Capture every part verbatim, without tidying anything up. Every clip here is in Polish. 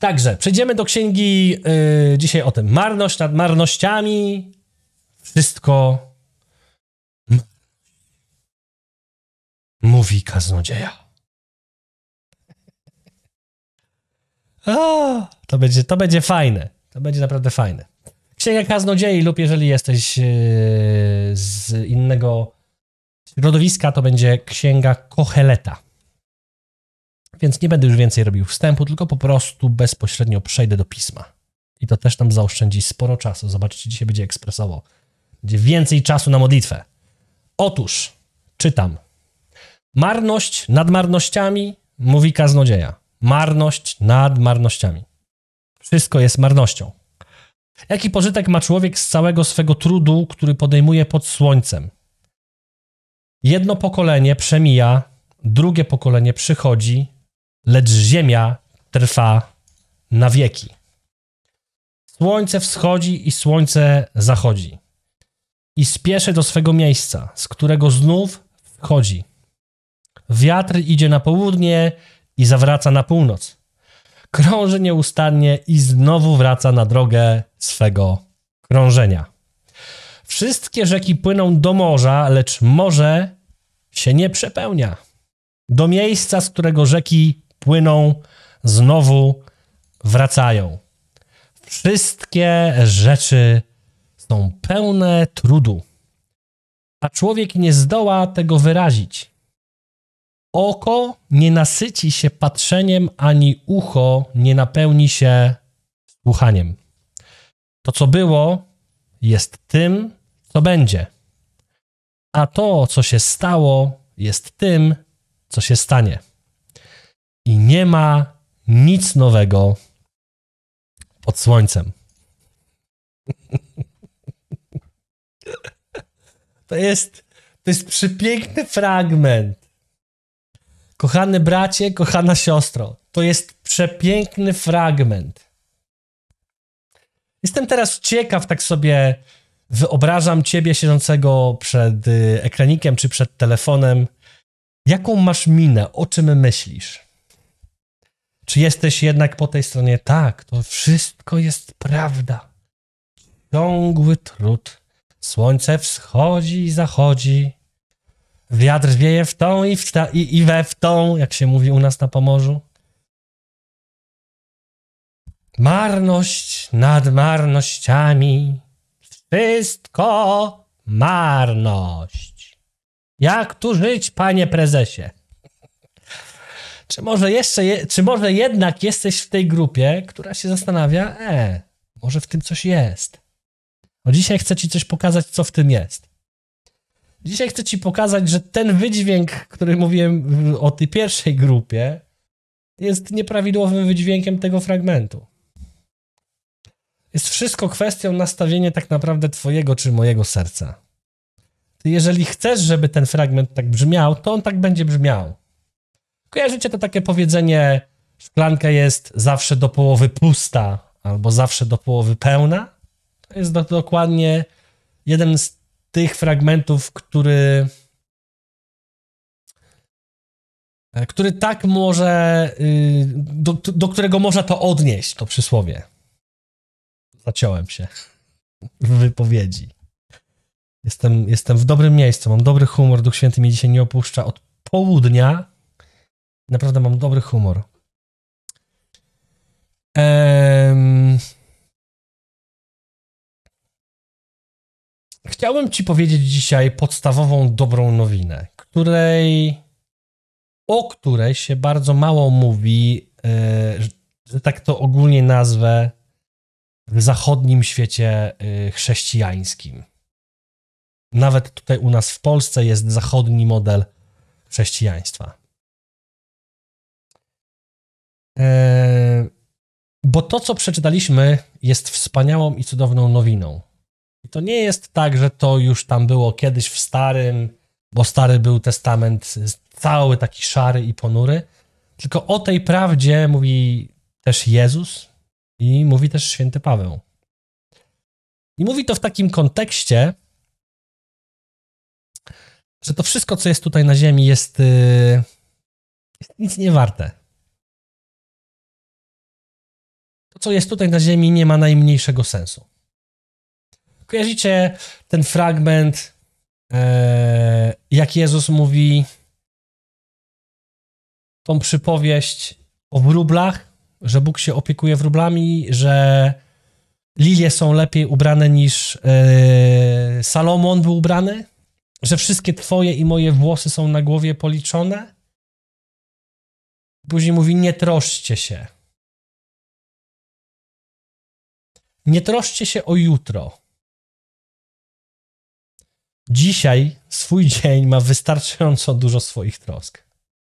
Także przejdziemy do księgi yy, dzisiaj o tym. Marność nad marnościami. Wszystko mówi kaznodzieja. O, to będzie, to będzie fajne. To będzie naprawdę fajne. Księga Kaznodziei lub jeżeli jesteś yy, z innego środowiska, to będzie Księga Koheleta. Więc nie będę już więcej robił wstępu, tylko po prostu bezpośrednio przejdę do pisma. I to też nam zaoszczędzi sporo czasu. Zobaczcie, dzisiaj będzie ekspresowo. Będzie więcej czasu na modlitwę. Otóż, czytam. Marność nad marnościami, mówi kaznodzieja. Marność nad marnościami. Wszystko jest marnością. Jaki pożytek ma człowiek z całego swego trudu, który podejmuje pod słońcem? Jedno pokolenie przemija, drugie pokolenie przychodzi, lecz ziemia trwa na wieki. Słońce wschodzi i słońce zachodzi. I spieszy do swego miejsca, z którego znów wchodzi. Wiatr idzie na południe i zawraca na północ. Krąży nieustannie i znowu wraca na drogę swego krążenia. Wszystkie rzeki płyną do morza, lecz morze się nie przepełnia. Do miejsca, z którego rzeki płyną, znowu wracają. Wszystkie rzeczy są pełne trudu, a człowiek nie zdoła tego wyrazić. Oko nie nasyci się patrzeniem, ani ucho nie napełni się słuchaniem. To, co było, jest tym, co będzie. A to, co się stało, jest tym, co się stanie. I nie ma nic nowego pod słońcem. To jest, to jest przepiękny fragment. Kochany bracie, kochana siostro, to jest przepiękny fragment. Jestem teraz ciekaw, tak sobie wyobrażam ciebie siedzącego przed ekranikiem czy przed telefonem. Jaką masz minę? O czym myślisz? Czy jesteś jednak po tej stronie? Tak, to wszystko jest prawda. Ciągły trud. Słońce wschodzi i zachodzi. Wiatr wieje w tą i, w ta, i, i we w tą, jak się mówi u nas na Pomorzu. Marność nad marnościami. Wszystko marność. Jak tu żyć, panie prezesie? Czy może jeszcze, je, czy może jednak jesteś w tej grupie, która się zastanawia, e, może w tym coś jest. No dzisiaj chcę ci coś pokazać, co w tym jest. Dzisiaj chcę ci pokazać, że ten wydźwięk, który mówiłem o tej pierwszej grupie, jest nieprawidłowym wydźwiękiem tego fragmentu. Jest wszystko kwestią nastawienia tak naprawdę twojego czy mojego serca. Ty jeżeli chcesz, żeby ten fragment tak brzmiał, to on tak będzie brzmiał. Kojarzycie to takie powiedzenie, szklanka jest zawsze do połowy pusta albo zawsze do połowy pełna? To jest do, dokładnie jeden z tych fragmentów, który, który tak może, do, do którego można to odnieść, to przysłowie. Zaciąłem się w wypowiedzi. Jestem, jestem w dobrym miejscu, mam dobry humor, Duch Święty mnie dzisiaj nie opuszcza od południa. Naprawdę mam dobry humor. Ehm... Chciałem ci powiedzieć dzisiaj podstawową dobrą nowinę, której, o której się bardzo mało mówi, yy, że tak to ogólnie nazwę, w zachodnim świecie yy, chrześcijańskim. Nawet tutaj u nas w Polsce jest zachodni model chrześcijaństwa. Yy, bo to, co przeczytaliśmy, jest wspaniałą i cudowną nowiną. I to nie jest tak, że to już tam było kiedyś w Starym, bo Stary był Testament cały taki szary i ponury, tylko o tej prawdzie mówi też Jezus i mówi też święty Paweł. I mówi to w takim kontekście, że to wszystko, co jest tutaj na ziemi, jest, yy, jest nic nie warte. co jest tutaj na ziemi, nie ma najmniejszego sensu. Kojarzycie ten fragment, e, jak Jezus mówi tą przypowieść o wróblach, że Bóg się opiekuje wróblami, że lilie są lepiej ubrane niż e, Salomon był ubrany, że wszystkie twoje i moje włosy są na głowie policzone. Później mówi, nie troszczcie się. Nie troszczcie się o jutro. Dzisiaj swój dzień ma wystarczająco dużo swoich trosk.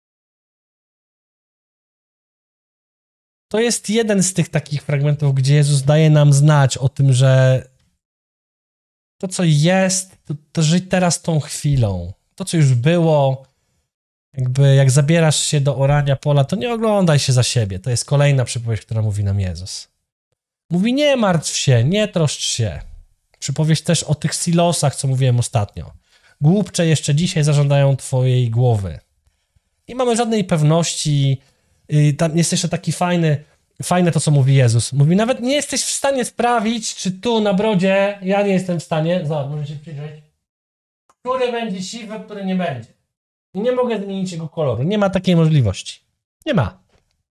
To jest jeden z tych takich fragmentów, gdzie Jezus daje nam znać o tym, że to, co jest, to, to żyj teraz tą chwilą. To, co już było, jakby jak zabierasz się do orania pola, to nie oglądaj się za siebie. To jest kolejna przypowieść, która mówi nam Jezus. Mówi, nie martw się, nie troszcz się. Przypowieść też o tych silosach, co mówiłem ostatnio. Głupcze jeszcze dzisiaj zażądają twojej głowy. Nie mamy żadnej pewności. Tam jest jeszcze taki fajny, fajne to, co mówi Jezus. Mówi, nawet nie jesteś w stanie sprawić, czy tu na brodzie, ja nie jestem w stanie, zobacz, możecie przyjrzeć, który będzie siwy, który nie będzie. I nie mogę zmienić jego koloru. Nie ma takiej możliwości. Nie ma.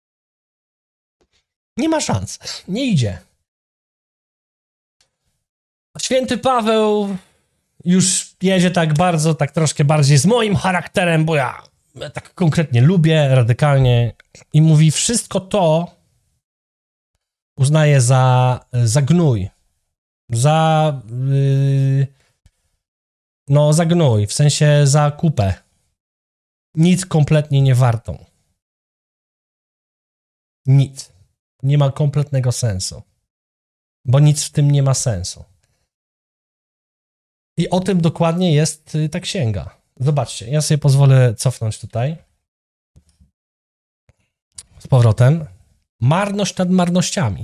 Nie ma szans. Nie idzie. Święty Paweł już jedzie tak bardzo, tak troszkę bardziej z moim charakterem, bo ja tak konkretnie lubię, radykalnie i mówi, wszystko to uznaje za, za gnój. Za yy, no za gnój, w sensie za kupę. Nic kompletnie nie wartą. Nic. Nie ma kompletnego sensu. Bo nic w tym nie ma sensu. I o tym dokładnie jest ta księga. Zobaczcie, ja sobie pozwolę cofnąć tutaj. Z powrotem. Marność nad marnościami.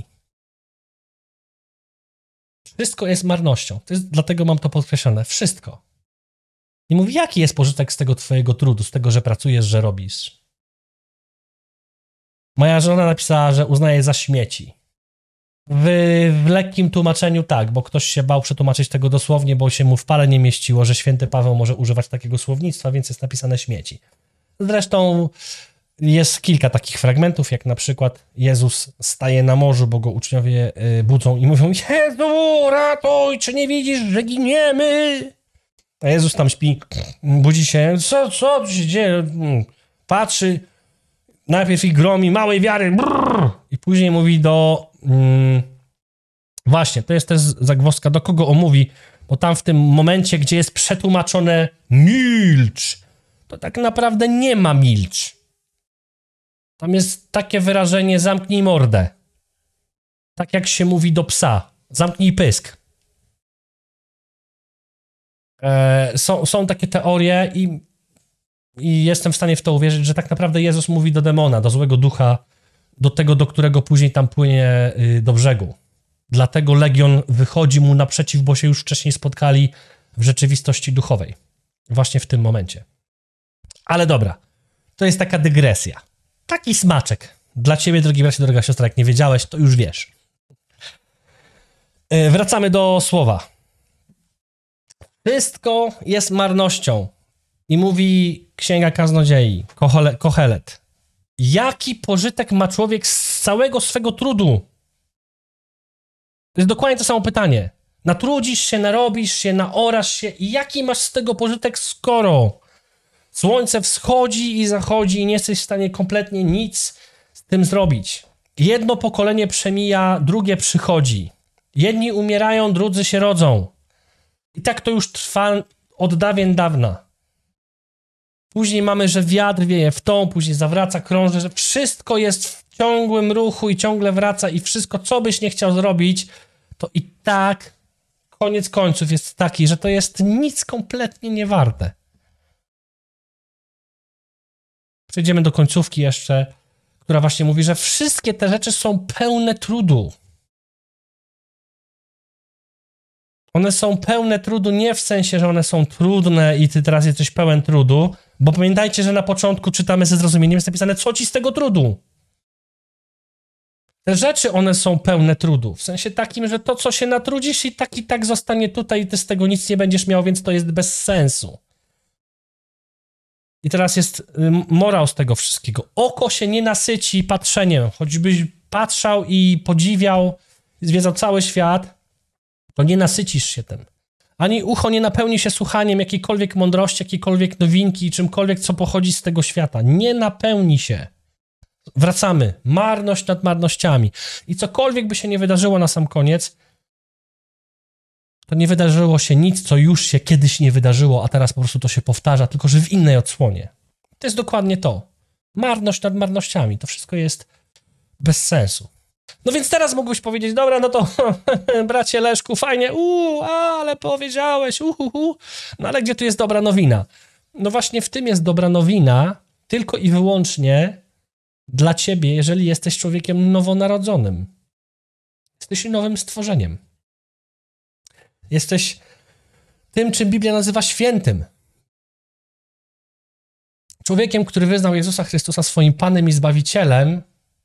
Wszystko jest marnością. To jest, dlatego mam to podkreślone. Wszystko. I mówi, jaki jest pożytek z tego twojego trudu, z tego, że pracujesz, że robisz? Moja żona napisała, że uznaje za śmieci. W, w lekkim tłumaczeniu tak, bo ktoś się bał przetłumaczyć tego dosłownie, bo się mu w pale nie mieściło, że święty Paweł może używać takiego słownictwa, więc jest napisane śmieci. Zresztą jest kilka takich fragmentów, jak na przykład Jezus staje na morzu, bo go uczniowie budzą i mówią, Jezu, ratuj, czy nie widzisz, że giniemy? A Jezus tam śpi, budzi się, co, co tu się dzieje? Patrzy, najpierw ich gromi, małej wiary, brrr, i później mówi do... Mm, właśnie, to jest też zagwozdka, do kogo on mówi, bo tam w tym momencie, gdzie jest przetłumaczone milcz, to tak naprawdę nie ma milcz. Tam jest takie wyrażenie zamknij mordę. Tak jak się mówi do psa. Zamknij pysk. E, są, są takie teorie i, i jestem w stanie w to uwierzyć, że tak naprawdę Jezus mówi do demona, do złego ducha, do tego, do którego później tam płynie y, do brzegu. Dlatego Legion wychodzi mu naprzeciw, bo się już wcześniej spotkali w rzeczywistości duchowej. Właśnie w tym momencie. Ale dobra, to jest taka dygresja. Taki smaczek. Dla ciebie, drogi bracie, droga siostra, jak nie wiedziałeś, to już wiesz. Yy, wracamy do słowa. Wszystko jest marnością. I mówi Księga Kaznodziei, Kohelet. Jaki pożytek ma człowiek z całego swego trudu? To jest dokładnie to samo pytanie. Natrudzisz się, narobisz się, naorasz się i jaki masz z tego pożytek, skoro słońce wschodzi i zachodzi i nie jesteś w stanie kompletnie nic z tym zrobić. Jedno pokolenie przemija, drugie przychodzi. Jedni umierają, drudzy się rodzą. I tak to już trwa od dawien dawna. Później mamy, że wiatr wieje w tą, później zawraca, krąży, że wszystko jest w ciągłym ruchu i ciągle wraca i wszystko, co byś nie chciał zrobić, to i tak koniec końców jest taki, że to jest nic kompletnie nie warte. Przejdziemy do końcówki jeszcze, która właśnie mówi, że wszystkie te rzeczy są pełne trudu. One są pełne trudu nie w sensie, że one są trudne i ty teraz jesteś pełen trudu, bo pamiętajcie, że na początku czytamy ze zrozumieniem, jest napisane, co ci z tego trudu? Te rzeczy, one są pełne trudu. W sensie takim, że to, co się natrudzisz i tak i tak zostanie tutaj i ty z tego nic nie będziesz miał, więc to jest bez sensu. I teraz jest morał z tego wszystkiego. Oko się nie nasyci patrzeniem. Choćbyś patrzał i podziwiał, zwiedzał cały świat, to nie nasycisz się tym. Ani ucho nie napełni się słuchaniem jakiejkolwiek mądrości, jakiejkolwiek nowinki, czymkolwiek, co pochodzi z tego świata. Nie napełni się. Wracamy. Marność nad marnościami. I cokolwiek by się nie wydarzyło na sam koniec, to nie wydarzyło się nic, co już się kiedyś nie wydarzyło, a teraz po prostu to się powtarza, tylko że w innej odsłonie. To jest dokładnie to. Marność nad marnościami. To wszystko jest bez sensu. No więc teraz mógłbyś powiedzieć, dobra, no to bracie Leszku, fajnie, uuu, ale powiedziałeś, uhuhu. No ale gdzie tu jest dobra nowina? No właśnie w tym jest dobra nowina, tylko i wyłącznie dla ciebie, jeżeli jesteś człowiekiem nowonarodzonym. Jesteś nowym stworzeniem. Jesteś tym, czym Biblia nazywa świętym. Człowiekiem, który wyznał Jezusa Chrystusa swoim Panem i Zbawicielem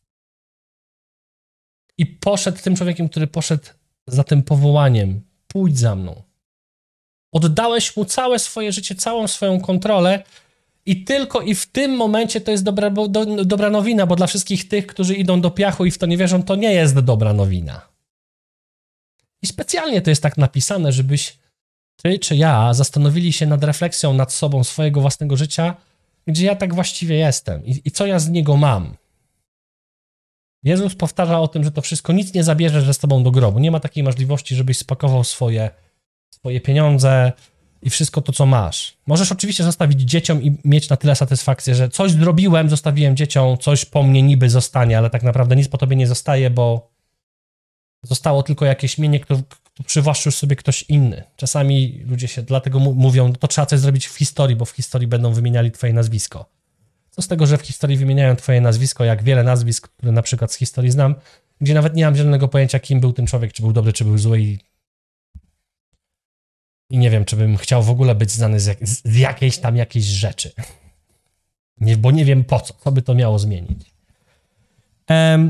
i poszedł tym człowiekiem, który poszedł za tym powołaniem. Pójdź za mną. Oddałeś mu całe swoje życie, całą swoją kontrolę i tylko i w tym momencie to jest dobra, do, dobra nowina, bo dla wszystkich tych, którzy idą do piachu i w to nie wierzą, to nie jest dobra nowina. I specjalnie to jest tak napisane, żebyś ty czy ja zastanowili się nad refleksją nad sobą swojego własnego życia, gdzie ja tak właściwie jestem i, i co ja z niego mam. Jezus powtarza o tym, że to wszystko nic nie zabierzesz ze sobą do grobu. Nie ma takiej możliwości, żebyś spakował swoje, swoje pieniądze i wszystko to, co masz. Możesz oczywiście zostawić dzieciom i mieć na tyle satysfakcję, że coś zrobiłem, zostawiłem dzieciom, coś po mnie niby zostanie, ale tak naprawdę nic po tobie nie zostaje, bo zostało tylko jakieś mienie, które przywłaszczył sobie ktoś inny. Czasami ludzie się dlatego mówią, to trzeba coś zrobić w historii, bo w historii będą wymieniali twoje nazwisko. Co z tego, że w historii wymieniają twoje nazwisko, jak wiele nazwisk, które na przykład z historii znam, gdzie nawet nie mam zielonego pojęcia, kim był ten człowiek, czy był dobry, czy był zły i, i nie wiem, czy bym chciał w ogóle być znany z, jak, z jakiejś tam jakiejś rzeczy. Nie, bo nie wiem po co, co by to miało zmienić. Um,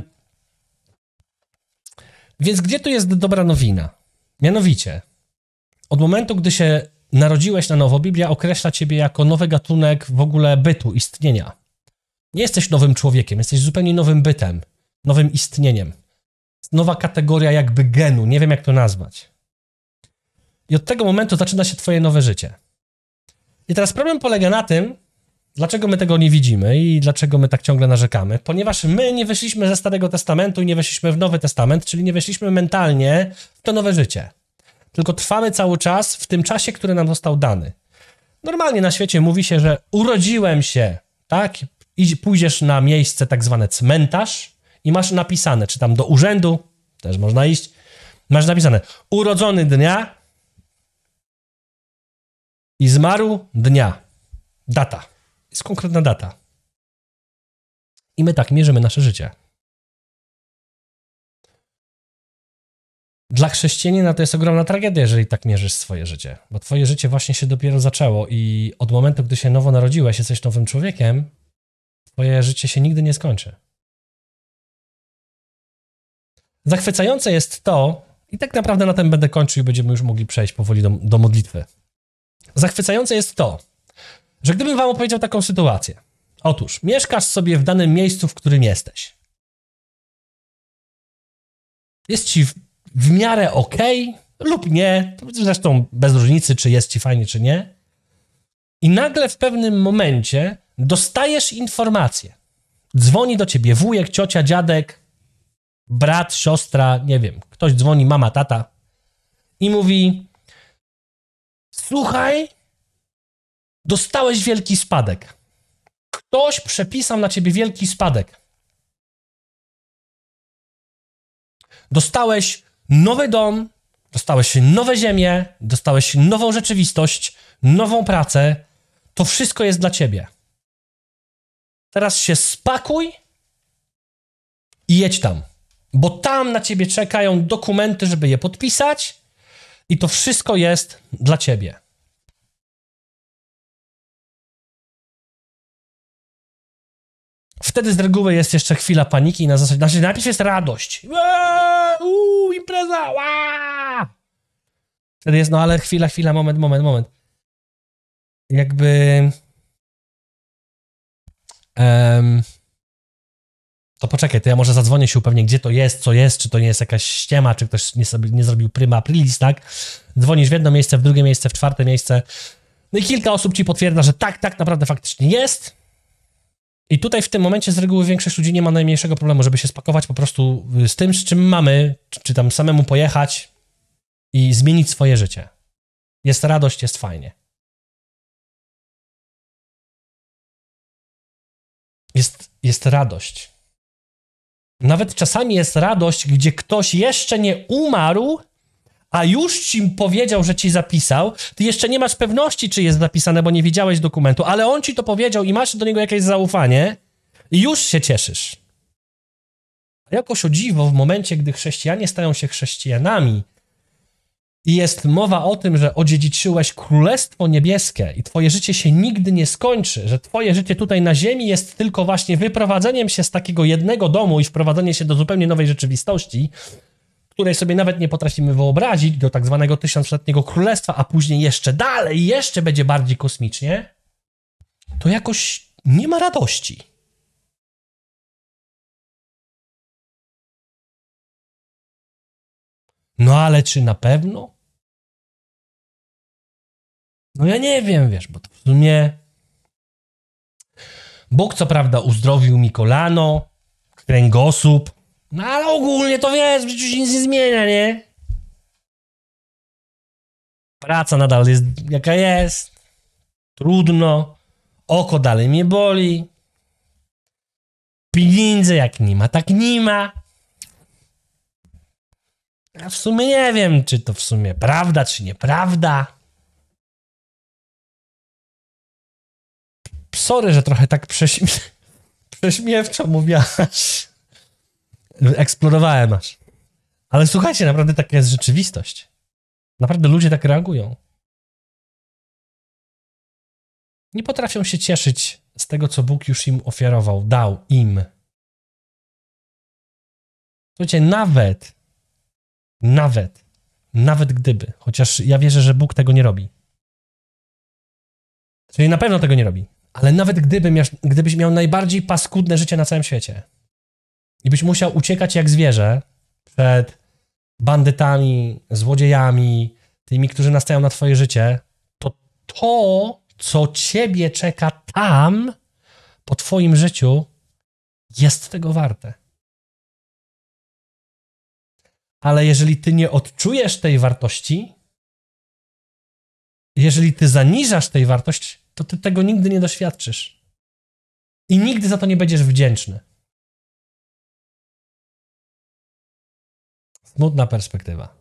więc gdzie tu jest dobra nowina? Mianowicie, od momentu, gdy się narodziłeś na nowo, Biblia określa ciebie jako nowy gatunek w ogóle bytu, istnienia. Nie jesteś nowym człowiekiem, jesteś zupełnie nowym bytem, nowym istnieniem. Nowa kategoria jakby genu, nie wiem jak to nazwać. I od tego momentu zaczyna się twoje nowe życie. I teraz problem polega na tym, dlaczego my tego nie widzimy i dlaczego my tak ciągle narzekamy. Ponieważ my nie weszliśmy ze Starego Testamentu i nie weszliśmy w Nowy Testament, czyli nie weszliśmy mentalnie w to nowe życie. Tylko trwamy cały czas w tym czasie, który nam został dany. Normalnie na świecie mówi się, że urodziłem się, tak? I pójdziesz na miejsce tak zwane cmentarz i masz napisane, czy tam do urzędu, też można iść, masz napisane urodzony dnia i zmarł dnia. Data. Jest konkretna data. I my tak mierzymy nasze życie. Dla chrześcijanina to jest ogromna tragedia, jeżeli tak mierzysz swoje życie, bo twoje życie właśnie się dopiero zaczęło i od momentu, gdy się nowo narodziłeś, jesteś nowym człowiekiem, twoje życie się nigdy nie skończy. Zachwycające jest to, i tak naprawdę na tym będę kończył i będziemy już mogli przejść powoli do, do modlitwy. Zachwycające jest to, że gdybym wam opowiedział taką sytuację. Otóż, mieszkasz sobie w danym miejscu, w którym jesteś. Jest ci w, w miarę okej, lub nie, zresztą bez różnicy, czy jest ci fajnie, czy nie. I nagle w pewnym momencie dostajesz informację. Dzwoni do ciebie wujek, ciocia, dziadek, brat, siostra, nie wiem, ktoś dzwoni, mama, tata i mówi: słuchaj, dostałeś wielki spadek. Ktoś przepisał na ciebie wielki spadek. Dostałeś nowy dom, dostałeś nowe ziemię, dostałeś nową rzeczywistość, nową pracę. To wszystko jest dla ciebie. Teraz się spakuj i jedź tam, bo tam na ciebie czekają dokumenty, żeby je podpisać i to wszystko jest dla ciebie. Wtedy z reguły jest jeszcze chwila paniki i na zasadzie, znaczy najpierw jest radość. Uuu, impreza, Ła! Wtedy jest, no ale chwila, chwila, moment, moment, moment. Jakby... Um, to poczekaj, to ja może zadzwonię się upewnię, gdzie to jest, co jest, czy to nie jest jakaś ściema, czy ktoś nie, sobie, nie zrobił prima aprilis, tak? Dzwonisz w jedno miejsce, w drugie miejsce, w czwarte miejsce. No i kilka osób ci potwierdza, że tak, tak naprawdę faktycznie jest. I tutaj w tym momencie z reguły większość ludzi nie ma najmniejszego problemu, żeby się spakować po prostu z tym, z czym mamy, czy, czy tam samemu pojechać i zmienić swoje życie. Jest radość, jest fajnie. Jest, jest radość. Nawet czasami jest radość, gdzie ktoś jeszcze nie umarł, a już ci powiedział, że ci zapisał. Ty jeszcze nie masz pewności, czy jest zapisane, bo nie widziałeś dokumentu, ale on ci to powiedział i masz do niego jakieś zaufanie i już się cieszysz. A jakoś o dziwo, w momencie, gdy chrześcijanie stają się chrześcijanami i jest mowa o tym, że odziedziczyłeś Królestwo Niebieskie i twoje życie się nigdy nie skończy, że twoje życie tutaj na ziemi jest tylko właśnie wyprowadzeniem się z takiego jednego domu i wprowadzenie się do zupełnie nowej rzeczywistości, której sobie nawet nie potrafimy wyobrazić, do tak zwanego tysiącletniego królestwa, a później jeszcze dalej, jeszcze będzie bardziej kosmicznie, to jakoś nie ma radości. No ale czy na pewno? No ja nie wiem, wiesz, bo to w sumie Bóg co prawda uzdrowił mi kolano, kręgosłup, no ale ogólnie to wiesz, w życiu się nic nie zmienia, nie? Praca nadal jest jaka jest, trudno, oko dalej mnie boli, pieniądze jak nie ma, tak nie ma. Ja w sumie nie wiem, czy to w sumie prawda, czy nieprawda. Sorry, że trochę tak prześmie... prześmiewczo mówiłaś. Eksplorowałem aż. Ale słuchajcie, naprawdę taka jest rzeczywistość. Naprawdę ludzie tak reagują. Nie potrafią się cieszyć z tego, co Bóg już im ofiarował, dał im. Słuchajcie, nawet, nawet, nawet gdyby, chociaż ja wierzę, że Bóg tego nie robi. Czyli na pewno tego nie robi. Ale nawet gdyby miał, gdybyś miał najbardziej paskudne życie na całym świecie i byś musiał uciekać jak zwierzę przed bandytami, złodziejami, tymi, którzy nastają na twoje życie, to to, co ciebie czeka tam, po twoim życiu, jest tego warte. Ale jeżeli ty nie odczujesz tej wartości, jeżeli ty zaniżasz tej wartości, to ty tego nigdy nie doświadczysz. I nigdy za to nie będziesz wdzięczny. Smutna perspektywa.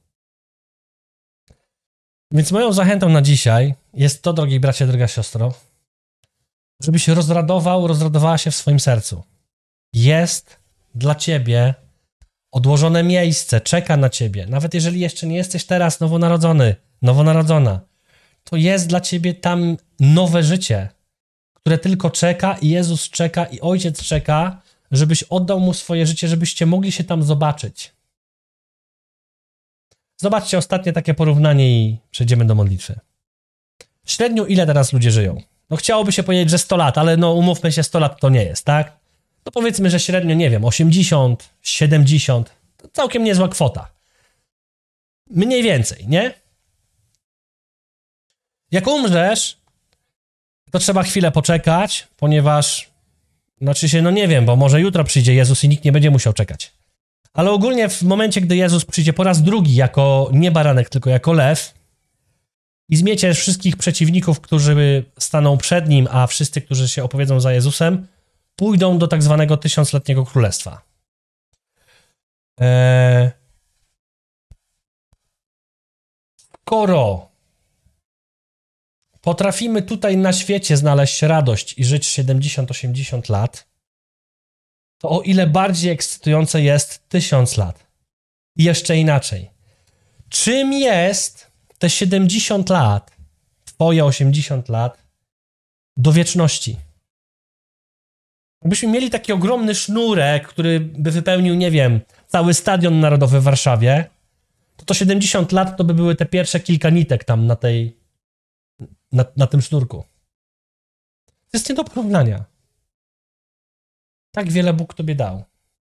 Więc moją zachętą na dzisiaj jest to, drogi bracie, droga siostro, żebyś rozradował, rozradowała się w swoim sercu. Jest dla ciebie odłożone miejsce, czeka na ciebie. Nawet jeżeli jeszcze nie jesteś teraz nowonarodzony, nowonarodzona, to jest dla ciebie tam nowe życie, które tylko czeka i Jezus czeka i Ojciec czeka, żebyś oddał Mu swoje życie, żebyście mogli się tam zobaczyć. Zobaczcie ostatnie takie porównanie i przejdziemy do modlitwy. Średnio ile teraz ludzie żyją? No chciałoby się powiedzieć, że sto lat, ale no umówmy się, sto lat to nie jest, tak? No powiedzmy, że średnio, nie wiem, osiemdziesiąt, siedemdziesiąt, to całkiem niezła kwota. Mniej więcej, nie? Jak umrzesz, to trzeba chwilę poczekać, ponieważ, znaczy się, no nie wiem, bo może jutro przyjdzie Jezus i nikt nie będzie musiał czekać. Ale ogólnie w momencie, gdy Jezus przyjdzie po raz drugi jako nie baranek, tylko jako lew i zmiecie wszystkich przeciwników, którzy staną przed Nim, a wszyscy, którzy się opowiedzą za Jezusem, pójdą do tak zwanego tysiącletniego królestwa. Eee... Skoro potrafimy tutaj na świecie znaleźć radość i żyć siedemdziesiąt osiemdziesiąt lat, to o ile bardziej ekscytujące jest tysiąc lat. I jeszcze inaczej. Czym jest te siedemdziesiąt lat, twoje osiemdziesiąt lat, do wieczności? Jakbyśmy mieli taki ogromny sznurek, który by wypełnił, nie wiem, cały stadion narodowy w Warszawie, to to siedemdziesiąt lat to by były te pierwsze kilka nitek tam na tej, na, na tym sznurku. To jest nie do porównania. Tak wiele Bóg tobie dał.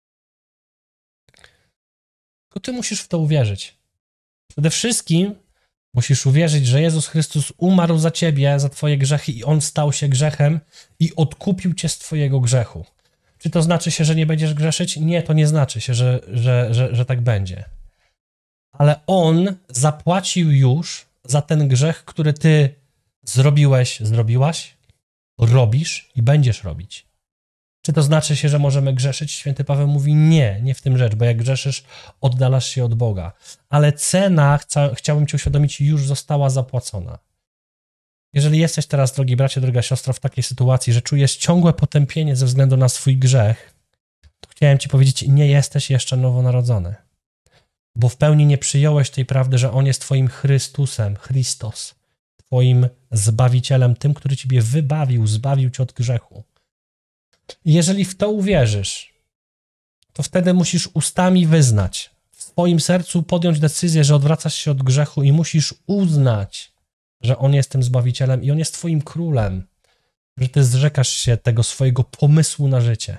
Tylko ty musisz w to uwierzyć. Przede wszystkim musisz uwierzyć, że Jezus Chrystus umarł za ciebie, za twoje grzechy i On stał się grzechem i odkupił cię z twojego grzechu. Czy to znaczy się, że nie będziesz grzeszyć? Nie, to nie znaczy się, że, że, że, że tak będzie. Ale On zapłacił już za ten grzech, który ty zrobiłeś, zrobiłaś, robisz i będziesz robić. Czy to znaczy się, że możemy grzeszyć? Święty Paweł mówi nie, nie w tym rzecz, bo jak grzeszysz, oddalasz się od Boga. Ale cena, chca, chciałbym ci uświadomić, już została zapłacona. Jeżeli jesteś teraz, drogi bracie, droga siostro, w takiej sytuacji, że czujesz ciągłe potępienie ze względu na swój grzech, to chciałem ci powiedzieć, nie jesteś jeszcze nowonarodzony. Bo w pełni nie przyjąłeś tej prawdy, że On jest twoim Chrystusem, Chrystos, twoim Zbawicielem, tym, który ciebie wybawił, zbawił cię od grzechu. I jeżeli w to uwierzysz, to wtedy musisz ustami wyznać, w swoim sercu podjąć decyzję, że odwracasz się od grzechu i musisz uznać, że On jest tym Zbawicielem i On jest twoim Królem, że ty zrzekasz się tego swojego pomysłu na życie.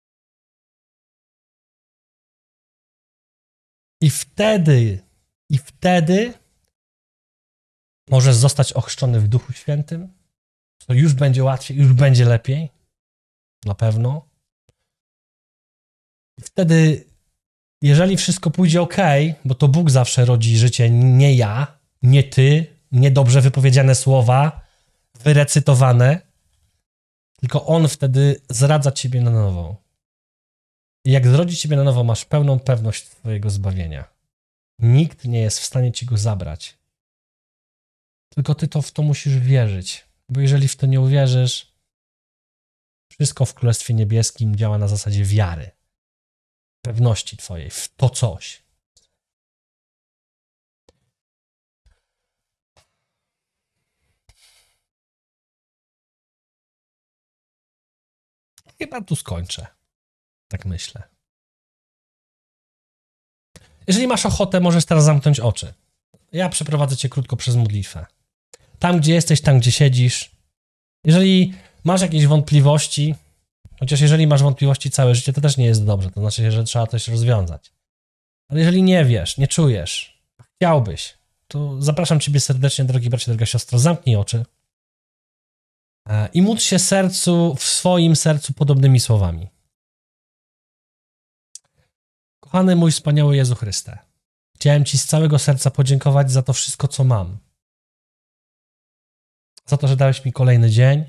I wtedy, i wtedy możesz zostać ochrzczony w Duchu Świętym, to już będzie łatwiej, już będzie lepiej, na pewno. I wtedy, jeżeli wszystko pójdzie ok, bo to Bóg zawsze rodzi życie, nie ja, nie ty, nie dobrze wypowiedziane słowa, wyrecytowane, tylko On wtedy zradza ciebie na nowo. I jak zrodzi ciebie na nowo, masz pełną pewność twojego zbawienia. Nikt nie jest w stanie ci go zabrać. Tylko ty to w to musisz wierzyć. Bo jeżeli w to nie uwierzysz, wszystko w Królestwie Niebieskim działa na zasadzie wiary. Pewności twojej w to coś. Chyba tu skończę. Tak myślę. Jeżeli masz ochotę, możesz teraz zamknąć oczy. Ja przeprowadzę cię krótko przez modlitwę. Tam, gdzie jesteś, tam, gdzie siedzisz. Jeżeli masz jakieś wątpliwości, chociaż jeżeli masz wątpliwości całe życie, to też nie jest dobrze. To znaczy, że trzeba coś rozwiązać. Ale jeżeli nie wiesz, nie czujesz, chciałbyś, to zapraszam ciebie serdecznie, drogi bracie, droga siostro, zamknij oczy i módl się sercu, w swoim sercu podobnymi słowami. Kochany mój wspaniały Jezu Chryste, chciałem Ci z całego serca podziękować za to wszystko, co mam. Za to, że dałeś mi kolejny dzień,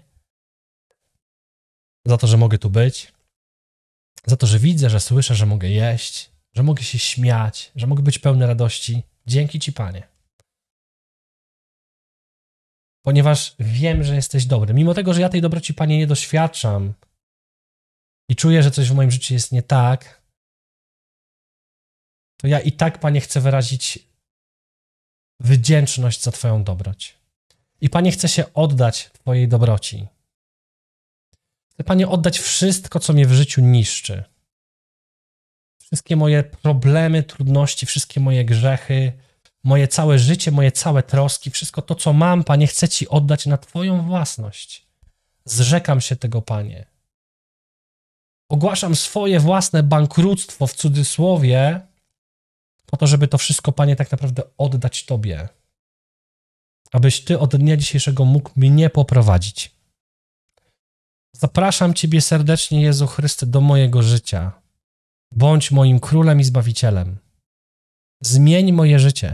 za to, że mogę tu być, za to, że widzę, że słyszę, że mogę jeść, że mogę się śmiać, że mogę być pełny radości. Dzięki Ci, Panie. Ponieważ wiem, że jesteś dobry. Mimo tego, że ja tej dobroci, Panie, nie doświadczam i czuję, że coś w moim życiu jest nie tak, to ja i tak, Panie, chcę wyrazić wdzięczność za Twoją dobroć. I, Panie, chcę się oddać Twojej dobroci. Chcę, Panie, oddać wszystko, co mnie w życiu niszczy. Wszystkie moje problemy, trudności, wszystkie moje grzechy, moje całe życie, moje całe troski, wszystko to, co mam, Panie, chcę Ci oddać na Twoją własność. Zrzekam się tego, Panie. Ogłaszam swoje własne bankructwo w cudzysłowie, po to, żeby to wszystko, Panie, tak naprawdę oddać Tobie. Abyś Ty od dnia dzisiejszego mógł mnie poprowadzić. Zapraszam Ciebie serdecznie, Jezu Chryste, do mojego życia. Bądź moim Królem i Zbawicielem. Zmień moje życie.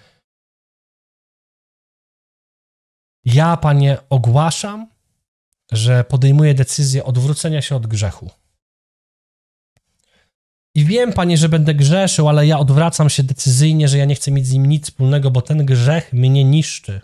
Ja, Panie, ogłaszam, że podejmuję decyzję odwrócenia się od grzechu. I wiem, Panie, że będę grzeszył, ale ja odwracam się decyzyjnie, że ja nie chcę mieć z nim nic wspólnego, bo ten grzech mnie niszczy.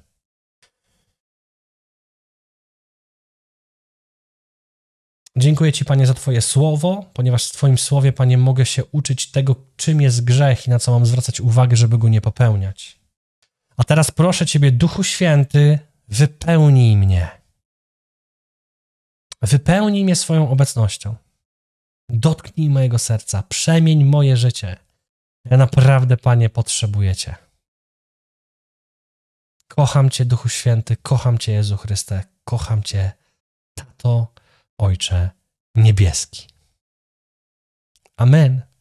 Dziękuję Ci, Panie, za Twoje słowo, ponieważ w Twoim słowie, Panie, mogę się uczyć tego, czym jest grzech i na co mam zwracać uwagę, żeby go nie popełniać. A teraz proszę Ciebie, Duchu Święty, wypełnij mnie. Wypełnij mnie swoją obecnością. Dotknij mojego serca, przemień moje życie. Ja naprawdę, Panie, potrzebuję Cię. Kocham Cię, Duchu Święty, kocham Cię, Jezu Chryste, kocham Cię, Tato, Ojcze Niebieski. Amen.